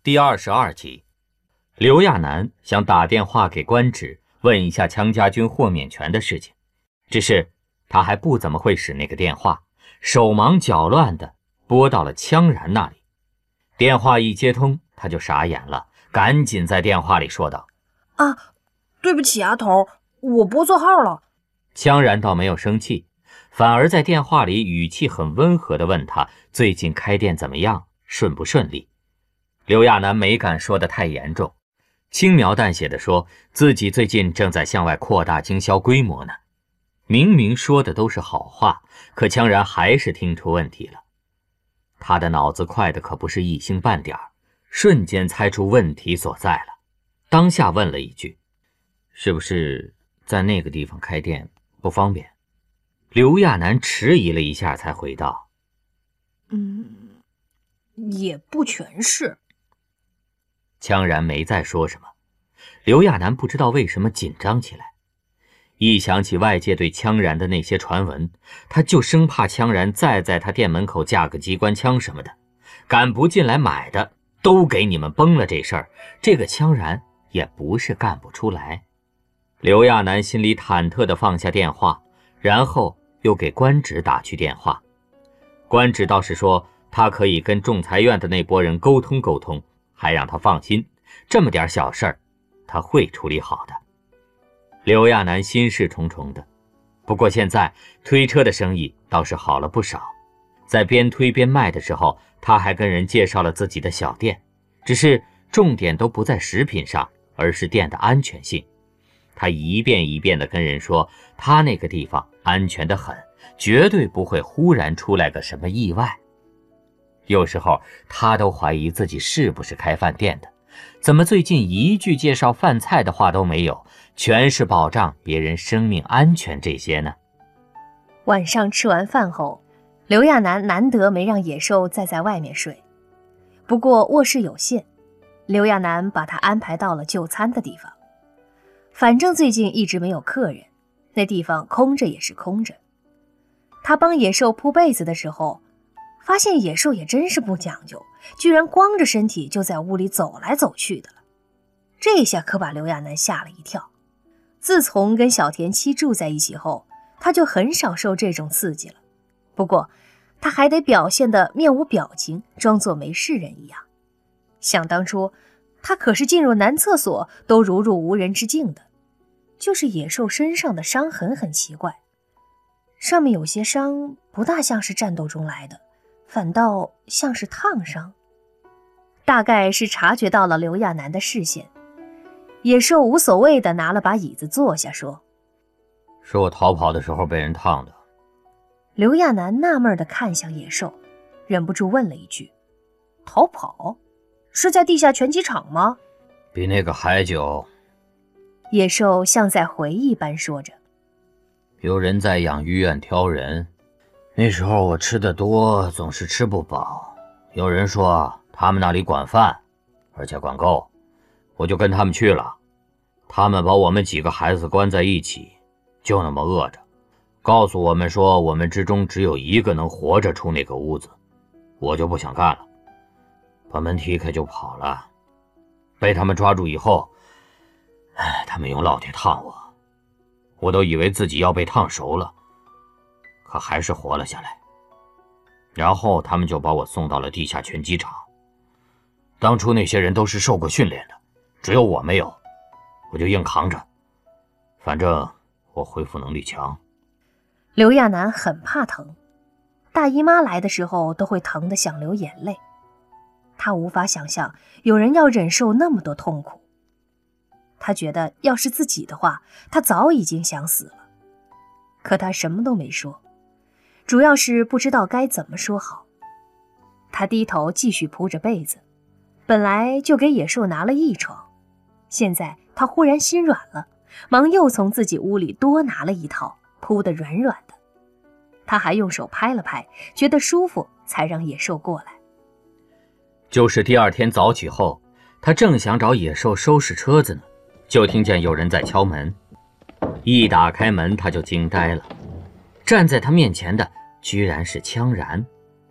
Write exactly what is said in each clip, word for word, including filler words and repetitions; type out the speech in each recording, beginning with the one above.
第二十二集，刘亚楠想打电话给官职，问一下羌家军豁免权的事情，只是他还不怎么会使那个电话，手忙脚乱地拨到了羌然那里。电话一接通，他就傻眼了，赶紧在电话里说道： 啊，对不起啊，头，我拨错号了。 羌然倒没有生气，反而在电话里语气很温和地问他最近开店怎么样，顺不顺利。刘亚楠没敢说得太严重，轻描淡写地说自己最近正在向外扩大经销规模呢。明明说的都是好话，可羌然还是听出问题了。他的脑子快的可不是一星半点儿，瞬间猜出问题所在了，当下问了一句：是不是在那个地方开店不方便？刘亚楠迟疑了一下才回道： 嗯，也不全是。 羌然没再说什么，刘亚楠不知道为什么紧张起来，一想起外界对羌然的那些传闻，他就生怕羌然再在他店门口架个机关枪什么的，敢不进来买的都给你们崩了，这事儿这个羌然也不是干不出来。刘亚楠心里忐忑地放下电话，然后又给官职打去电话。官职倒是说他可以跟仲裁院的那拨人沟通沟通，还让他放心，这么点小事儿他会处理好的。刘亚楠心事重重的，不过现在推车的生意倒是好了不少，在边推边卖的时候，他还跟人介绍了自己的小店，只是重点都不在食品上，而是店的安全性。他一遍一遍地跟人说他那个地方安全得很，绝对不会忽然出来个什么意外。有时候他都怀疑自己是不是开饭店的，怎么最近一句介绍饭菜的话都没有，全是保障别人生命安全这些呢？ 晚上吃完饭后，刘亚楠难得没让野兽再在外面睡，不过卧室有限，刘亚楠把他安排到了就餐的地方。反正最近一直没有客人，那地方空着也是空着。他帮野兽铺被子的时候，发现野兽也真是不讲究，居然光着身体就在屋里走来走去的了。这下可把刘亚楠吓了一跳。自从跟小田七住在一起后，他就很少受这种刺激了。不过他还得表现得面无表情，装作没事人一样。想当初他可是进入男厕所都如入无人之境的。就是野兽身上的伤痕很奇怪，上面有些伤不大像是战斗中来的，反倒像是烫伤。大概是察觉到了刘亚楠的视线，野兽无所谓地拿了把椅子坐下，说： 是我逃跑的时候被人烫的。 刘亚楠纳闷地看向野兽，忍不住问了一句：逃跑？是在地下拳击场吗？ 比那个还久。 野兽像在回忆般说着： 有人在养鱼院挑人，那时候我吃的多，总是吃不饱。有人说他们那里管饭，而且管够，我就跟他们去了。他们把我们几个孩子关在一起，就那么饿着，告诉我们说我们之中只有一个能活着出那个屋子。我就不想干了，把门踢开就跑了。被他们抓住以后，哎，他们用烙铁烫我，我都以为自己要被烫熟了，可还是活了下来。然后他们就把我送到了地下拳击场。当初那些人都是受过训练的，只有我没有，我就硬扛着。反正我恢复能力强。 刘亚楠很怕疼，大姨妈来的时候都会疼得想流眼泪。他无法想象有人要忍受那么多痛苦。他觉得要是自己的话，他早已经想死了。可他什么都没说，主要是不知道该怎么说好。他低头继续铺着被子，本来就给野兽拿了一床，现在他忽然心软了，忙又从自己屋里多拿了一套，铺得软软的。他还用手拍了拍，觉得舒服，才让野兽过来。 就是第二天早起后，他正想找野兽收拾车子呢，就听见有人在敲门。一打开门，他就惊呆了，站在他面前的居然是羌然。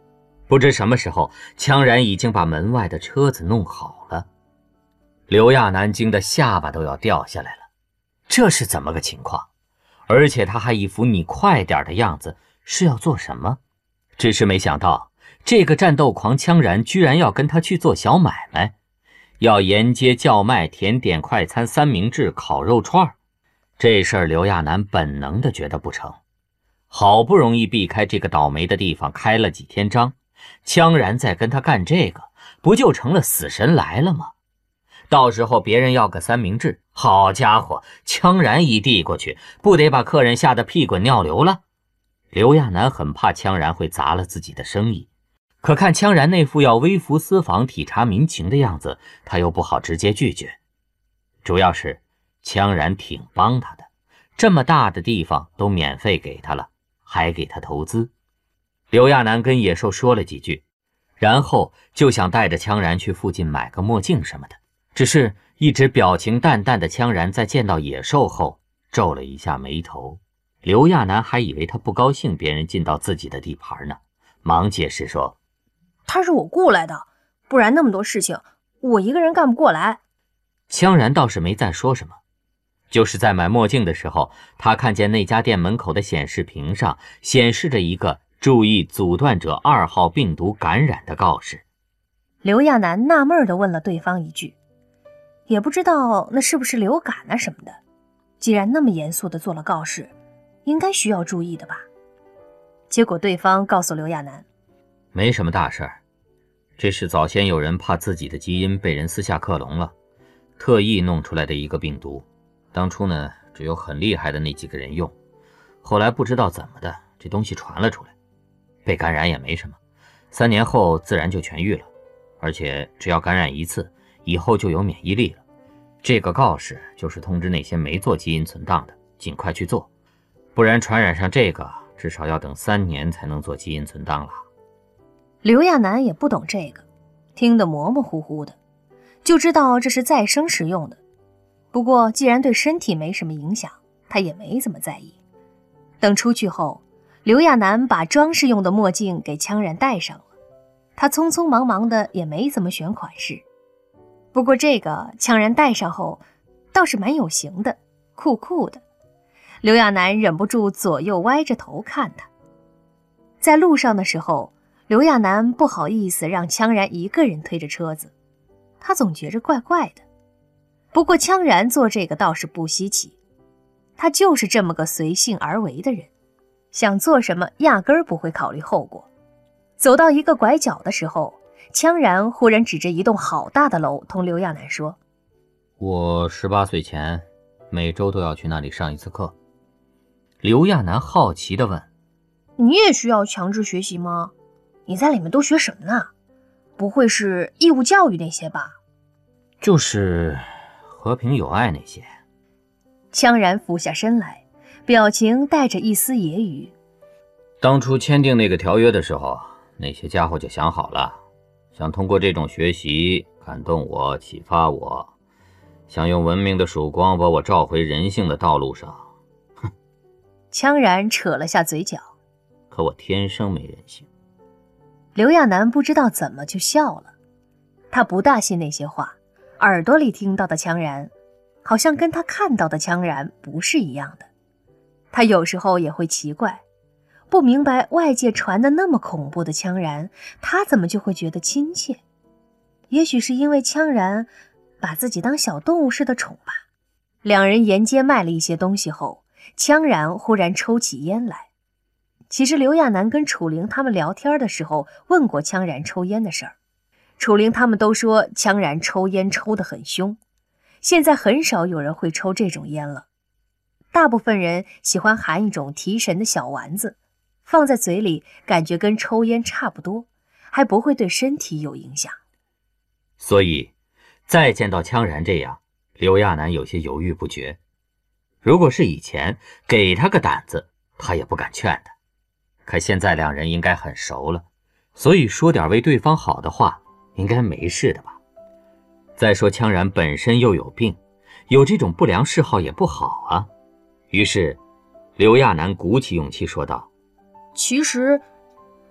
不知什么时候，羌然已经把门外的车子弄好了。刘亚楠惊得下巴都要掉下来了，这是怎么个情况？而且他还一副你快点的样子，是要做什么？只是没想到，这个战斗狂羌然居然要跟他去做小买卖，要沿街叫卖甜点、快餐、三明治、烤肉串。这事儿刘亚楠本能的觉得不成，好不容易避开这个倒霉的地方，开了几天张，羌然再跟他干这个，不就成了死神来了吗？到时候别人要个三明治，好家伙，羌然一递过去，不得把客人吓得屁滚尿流了？刘亚楠很怕羌然会砸了自己的生意，可看羌然那副要微服私访体察民情的样子，他又不好直接拒绝。主要是羌然挺帮他的，这么大的地方都免费给他了，还给他投资。刘亚楠跟野兽说了几句，然后就想带着羌然去附近买个墨镜什么的。只是一直表情淡淡的羌然在见到野兽后皱了一下眉头，刘亚楠还以为他不高兴别人进到自己的地盘呢，忙解释说：“ 他是我雇来的，不然那么多事情我一个人干不过来。” 羌然倒是没再说什么，就是在买墨镜的时候，他看见那家店门口的显示屏上显示着一个注意阻断者二号病毒感染的告示。 刘亚楠纳闷地问了对方一句，也不知道那是不是流感啊什么的，既然那么严肃地做了告示，应该需要注意的吧。结果对方告诉刘亚楠， 没什么大事儿，这是早先有人怕自己的基因被人私下克隆了，特意弄出来的一个病毒。当初呢，只有很厉害的那几个人用，后来不知道怎么的，这东西传了出来，被感染也没什么，三年后自然就痊愈了，而且只要感染一次，以后就有免疫力了。这个告示就是通知那些没做基因存档的尽快去做，不然传染上这个至少要等三年才能做基因存档了。 刘亚楠也不懂这个，听得模模糊糊的，就知道这是再生时用的。不过既然对身体没什么影响，他也没怎么在意。等出去后，刘亚楠把装饰用的墨镜给羌然戴上了，他匆匆忙忙的也没怎么选款式。不过这个羌然戴上后倒是蛮有型的，酷酷的。刘亚楠忍不住左右歪着头看他。在路上的时候，刘亚楠不好意思让羌然一个人推着车子，他总觉着怪怪的。不过羌然做这个倒是不稀奇，他就是这么个随性而为的人，想做什么压根儿不会考虑后果。走到一个拐角的时候，羌然忽然指着一栋好大的楼同刘亚楠说， 我十八岁前每周都要去那里上一次课。刘亚楠好奇地问， 你也需要强制学习吗？你在里面都学什么呢？不会是义务教育那些吧？ 就是和平友爱那些。 羌然俯下身来，表情带着一丝揶揄。 当初签订那个条约的时候，那些家伙就想好了，想通过这种学习感动我，启发我，想用文明的曙光把我照回人性的道路上。哼！ 羌然扯了下嘴角， 可我天生没人性。 刘亚楠不知道怎么就笑了，他不大信那些话，耳朵里听到的羌然好像跟他看到的羌然不是一样的。他有时候也会奇怪，不明白外界传的那么恐怖的羌然，他怎么就会觉得亲切？也许是因为羌然把自己当小动物似的宠吧。两人沿街卖了一些东西后，羌然忽然抽起烟来。其实刘亚楠跟楚灵他们聊天的时候问过羌然抽烟的事儿，楚灵他们都说羌然抽烟抽得很凶，现在很少有人会抽这种烟了。大部分人喜欢含一种提神的小丸子，放在嘴里感觉跟抽烟差不多，还不会对身体有影响。 所以再见到羌然这样，刘亚楠有些犹豫不决。如果是以前，给他个胆子他也不敢劝他，可现在两人应该很熟了，所以说点为对方好的话应该没事的吧。再说羌然本身又有病，有这种不良嗜好也不好啊。于是刘亚楠鼓起勇气说道， 其实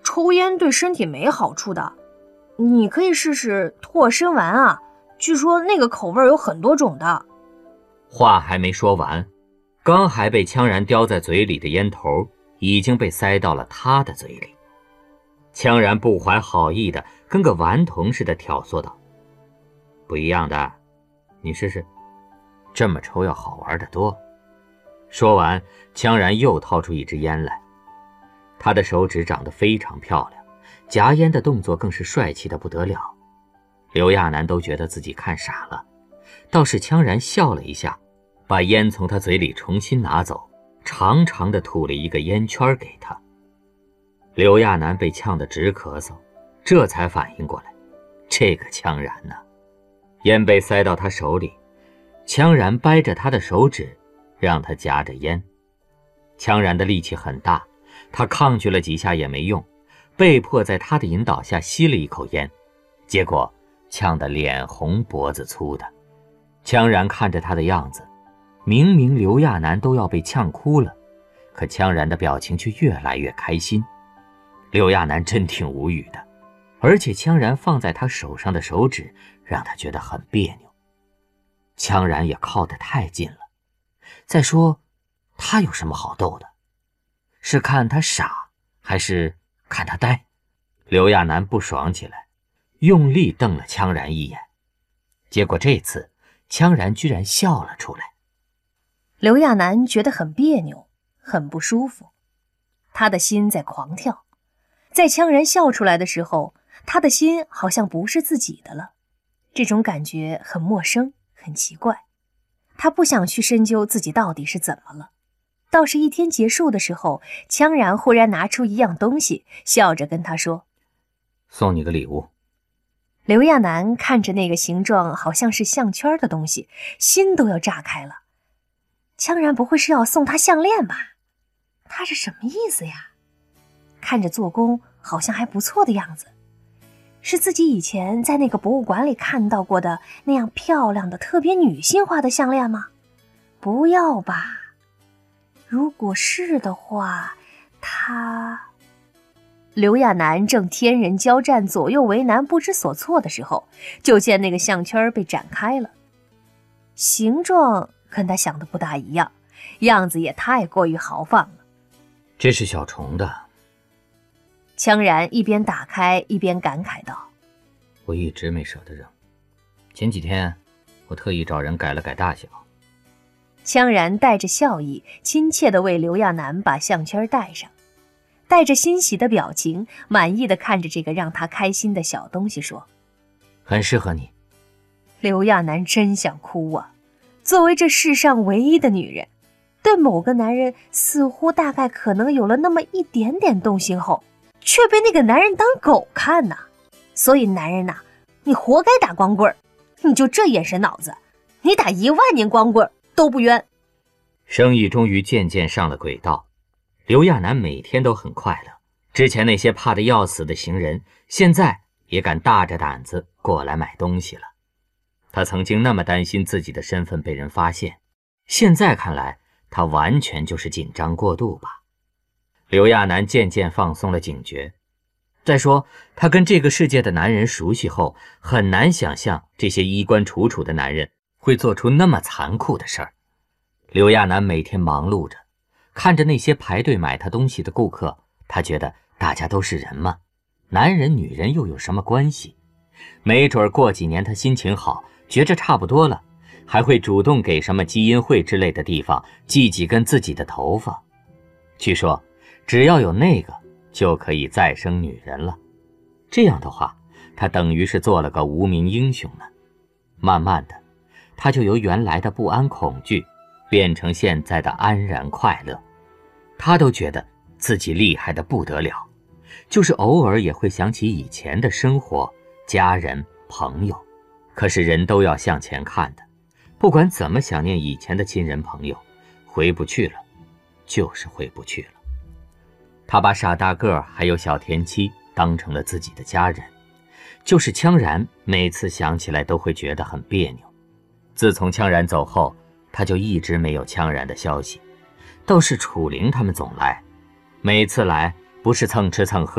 抽烟对身体没好处的。你可以试试脱身丸啊，据说那个口味有很多种的。 话还没说完，刚还被羌然叼在嘴里的烟头已经被塞到了他的嘴里。羌然不怀好意的跟个顽童似的挑唆道：不一样的，你试试，这么抽要好玩得多。说完，羌然又掏出一支烟来，他的手指长得非常漂亮，夹烟的动作更是帅气得不得了。刘亚楠都觉得自己看傻了，倒是羌然笑了一下，把烟从他嘴里重新拿走，长长的吐了一个烟圈给他。刘亚楠被呛得直咳嗽，这才反应过来，这个羌然呢？烟被塞到他手里，羌然掰着他的手指，让他夹着烟。羌然的力气很大，他抗拒了几下也没用，被迫在他的引导下吸了一口烟，结果呛得脸红脖子粗的。羌然看着他的样子，明明刘亚楠都要被呛哭了，可羌然的表情却越来越开心。刘亚楠真挺无语的，而且羌然放在他手上的手指让他觉得很别扭。羌然也靠得太近了，再说他有什么好逗的？是看他傻，还是看他呆？刘亚楠不爽起来，用力瞪了羌然一眼，结果这次羌然居然笑了出来。 刘亚楠觉得很别扭，很不舒服，他的心在狂跳。在羌然笑出来的时候，他的心好像不是自己的了，这种感觉很陌生，很奇怪。他不想去深究自己到底是怎么了。倒是一天结束的时候，羌然忽然拿出一样东西，笑着跟他说： 送你个礼物。 刘亚楠看着那个形状好像是项圈的东西，心都要炸开了。羌然不会是要送他项链吧？他是什么意思呀？看着做工好像还不错的样子，是自己以前在那个博物馆里看到过的那样漂亮的特别女性化的项链吗？不要吧。如果是的话，他……刘亚楠正天人交战，左右为难，不知所措的时候，就见那个项圈被展开了，形状跟他想的不大一样，样子也太过于豪放了。 这是小虫的。 羌然一边打开一边感慨道： 我一直没舍得扔，前几天我特意找人改了改大小。 羌然带着笑意，亲切地为刘亚楠把项圈戴上，带着欣喜的表情，满意地看着这个让他开心的小东西说： 很适合你。 刘亚楠真想哭啊！作为这世上唯一的女人，对某个男人似乎大概可能有了那么一点点动心后，却被那个男人当狗看呐！所以男人呐，你活该打光棍儿！你就这眼神脑子，你打一万年光棍儿都不冤。 生意终于渐渐上了轨道，刘亚楠每天都很快乐。之前那些怕得要死的行人，现在也敢大着胆子过来买东西了。他曾经那么担心自己的身份被人发现，现在看来，他完全就是紧张过度吧。刘亚楠渐渐放松了警觉。再说，他跟这个世界的男人熟悉后，很难想象这些衣冠楚楚的男人会做出那么残酷的事儿。刘亚楠每天忙碌着，看着那些排队买他东西的顾客，他觉得大家都是人嘛，男人女人又有什么关系？没准过几年他心情好，觉着差不多了，还会主动给什么基因会之类的地方寄几根自己的头发。据说只要有那个就可以再生女人了。这样的话，他等于是做了个无名英雄呢。慢慢的，他就由原来的不安恐惧变成现在的安然快乐。他都觉得自己厉害的不得了，就是偶尔也会想起以前的生活、家人、朋友。可是人都要向前看的，不管怎么想念以前的亲人朋友，回不去了，就是回不去了。他把傻大个还有小田七当成了自己的家人，就是羌然每次想起来都会觉得很别扭。自从羌然走后，他就一直没有羌然的消息，倒是楚灵他们总来，每次来不是蹭吃蹭喝，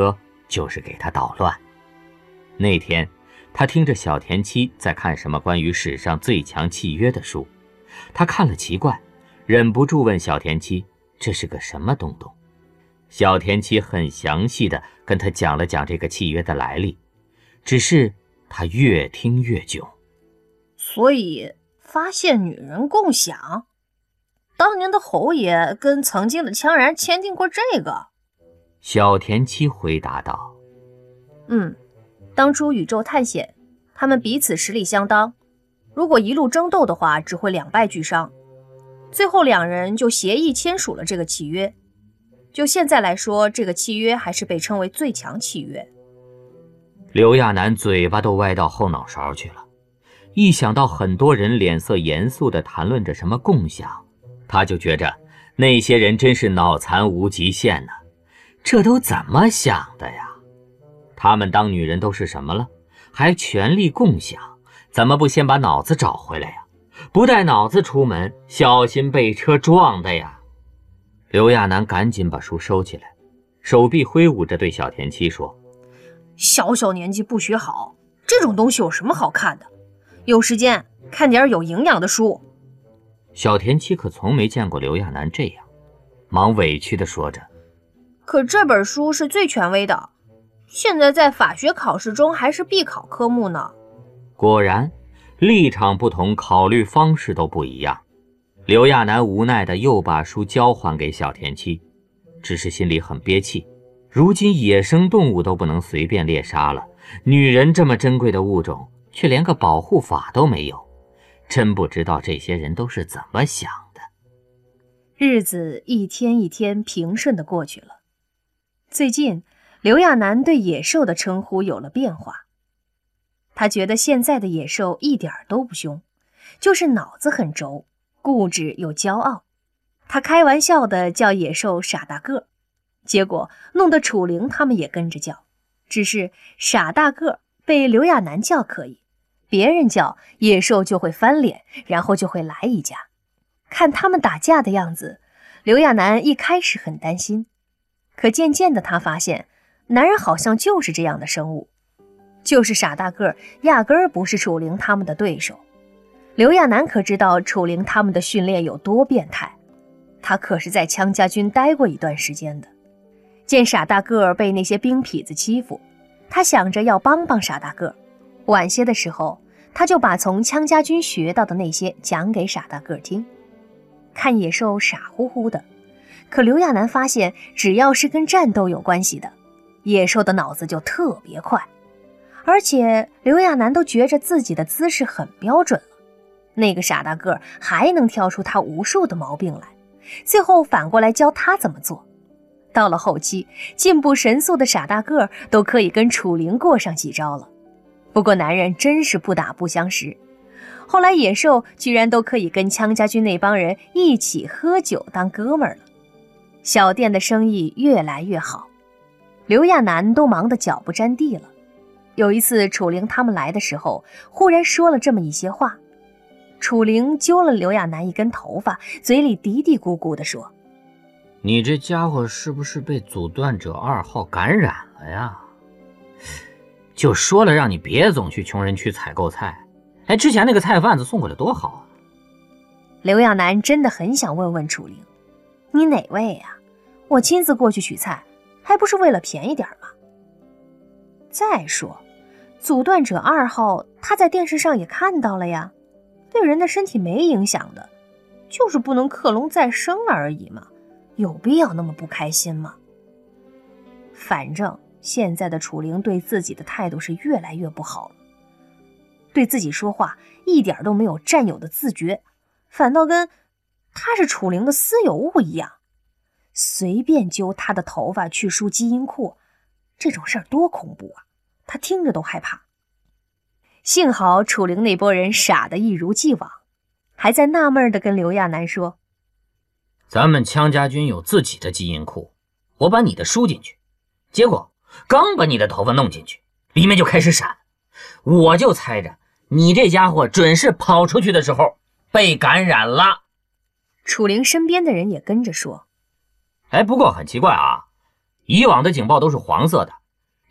就是给他捣乱。那天他听着小田七在看什么关于史上最强契约的书，他看了奇怪，忍不住问小田七这是个什么东东。小田七很详细地跟他讲了讲这个契约的来历，只是他越听越囧。 所以发现女人共享，当年的侯爷跟曾经的羌然签订过这个。 小田七回答道： 嗯，当初宇宙探险，他们彼此实力相当，如果一路争斗的话，只会两败俱伤。最后两人就协议签署了这个契约。就现在来说，这个契约还是被称为最强契约。 刘亚楠嘴巴都歪到后脑勺去了，一想到很多人脸色严肃地谈论着什么共享，他就觉着那些人真是脑残无极限呢。这都怎么想的呀？他们当女人都是什么了？还权力共享，怎么不先把脑子找回来呀？不带脑子出门，小心被车撞的呀！刘亚楠赶紧把书收起来，手臂挥舞着对小田七说： 小小年纪不学好，这种东西有什么好看的？有时间看点有营养的书。 小田七可从没见过刘亚楠这样，忙委屈地说着： 可这本书是最权威的，现在在法学考试中还是必考科目呢。 果然，立场不同，考虑方式都不一样。刘亚楠无奈地又把书交还给小田七，只是心里很憋气。如今野生动物都不能随便猎杀了，女人这么珍贵的物种，却连个保护法都没有，真不知道这些人都是怎么想的。 日子一天一天平顺地过去了。最近，刘亚楠对野兽的称呼有了变化。他觉得现在的野兽一点都不凶，就是脑子很轴，固执又骄傲。他开玩笑地叫野兽傻大个，结果弄得楚灵他们也跟着叫。只是傻大个被刘亚楠叫可以，别人叫野兽就会翻脸，然后就会来一架。看他们打架的样子，刘亚楠一开始很担心，可渐渐的他发现男人好像就是这样的生物，就是傻大个压根儿不是楚灵他们的对手。刘亚楠可知道楚灵他们的训练有多变态，他可是在羌家军待过一段时间的。见傻大个被那些兵痞子欺负，他想着要帮帮傻大个。晚些的时候，他就把从羌家军学到的那些讲给傻大个听。看野兽傻乎乎的，可刘亚楠发现只要是跟战斗有关系的，野兽的脑子就特别快。而且刘亚楠都觉着自己的姿势很标准了，那个傻大个还能挑出他无数的毛病来，最后反过来教他怎么做。到了后期，进步神速的傻大个都可以跟楚灵过上几招了。不过男人真是不打不相识，后来野兽居然都可以跟羌家军那帮人一起喝酒当哥们儿了。小店的生意越来越好，刘亚楠都忙得脚不沾地了。有一次楚灵他们来的时候，忽然说了这么一些话。楚灵揪了刘亚楠一根头发，嘴里嘀嘀咕咕地说： 你这家伙是不是被阻断者二号感染了呀？就说了让你别总去穷人区采购菜，哎，之前那个菜贩子送过来多好啊。 刘亚楠真的很想问问楚灵，你哪位呀？我亲自过去取菜，还不是为了便宜点吗？再说阻断者二号他在电视上也看到了呀，对人的身体没影响的，就是不能克隆再生而已嘛，有必要那么不开心吗？反正现在的楚灵对自己的态度是越来越不好了，对自己说话一点都没有占有的自觉，反倒跟他是楚灵的私有物一样，随便揪他的头发去输基因库，这种事儿多恐怖啊，他听着都害怕。幸好楚灵那波人傻得一如既往，还在纳闷地跟刘亚楠说： 咱们羌家军有自己的基因库，我把你的输进去，结果刚把你的头发弄进去，里面就开始闪，我就猜着你这家伙准是跑出去的时候被感染了。 楚灵身边的人也跟着说： 哎，不过很奇怪啊，以往的警报都是黄色的，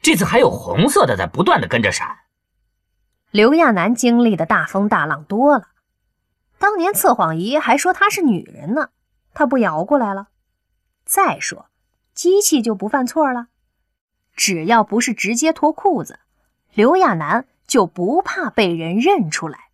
这次还有红色的在不断的跟着闪。 刘亚楠经历的大风大浪多了，当年测谎仪还说她是女人呢，她不摇过来了。再说机器就不犯错了，只要不是直接脱裤子，刘亚楠就不怕被人认出来。